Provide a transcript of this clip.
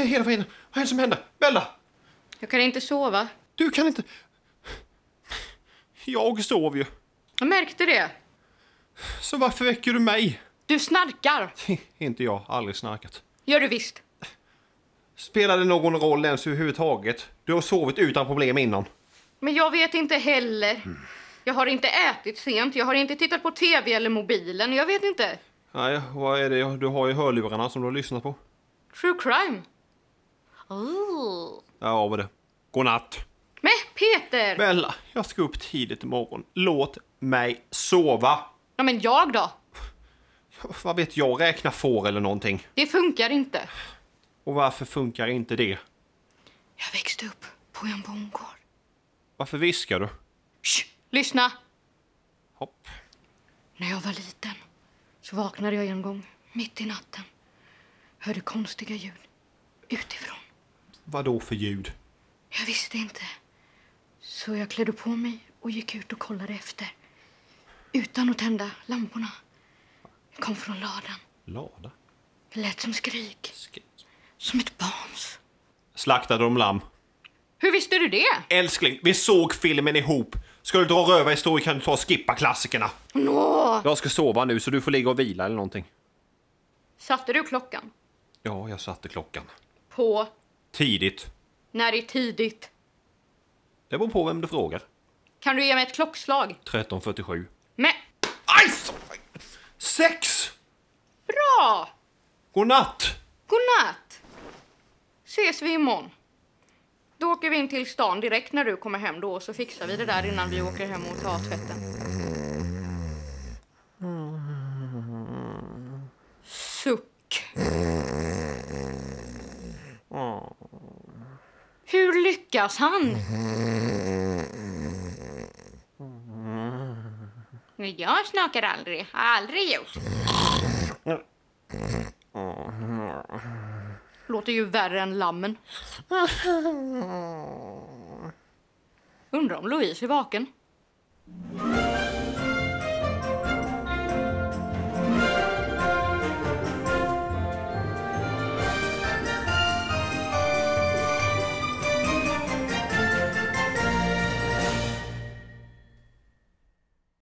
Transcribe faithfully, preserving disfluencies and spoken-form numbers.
hela friden? Vad är det som händer? Bella! Jag kan inte sova. Du kan inte... Jag sov ju. Jag märkte det. Så varför väcker du mig? Du snarkar. Inte jag, aldrig snarkat. Gör du visst. Spelar det någon roll ens överhuvudtaget? Du har sovit utan problem innan. Men jag vet inte heller. Mm. Jag har inte ätit sent. Jag har inte tittat på tv eller mobilen. Jag vet inte. Nej, vad är det? Du har ju hörlurarna som du har lyssnat på. True crime. Oh. Ja, vad är det? Godnatt. Men Peter! Bella, jag ska upp tidigt imorgon. Låt mig sova. Ja, men jag då? Vad vet jag? Räkna får eller någonting. Det funkar inte. Och varför funkar inte det? Jag växte upp på en bondgård. Varför viskar du? Shh, lyssna. Hopp. När jag var liten så vaknade jag en gång mitt i natten. Hörde konstiga ljud utifrån. Vad då för ljud? Jag visste inte. Så jag klädde på mig och gick ut och kollade efter. Utan att tända lamporna. Jag kom från ladan. Lada? Det lät som skrik. Skrik. Som ett barns. Slaktade de lamm? Hur visste du det? Älskling, vi såg filmen ihop. Ska du dra rövarhistorier kan du ta och skippa klassikerna. Nå! Jag ska sova nu så du får ligga och vila eller någonting. Satte du klockan? Ja, jag satte klockan. På? Tidigt. När är tidigt? Det beror på vem du frågar. Kan du ge mig ett klockslag? tretton fyrtiosju. Men... Aj! Så... Sex! Bra! Godnatt! Godnatt! Ses vi imorgon? Då åker vi in till stan direkt när du kommer hem då. Så fixar vi det där innan vi åker hem och tar tvätten. Suck. Hur lyckas han? Jag snakar aldrig. Aldrig gjort. Låter ju värre än lammen. Undrar om Louise är vaken.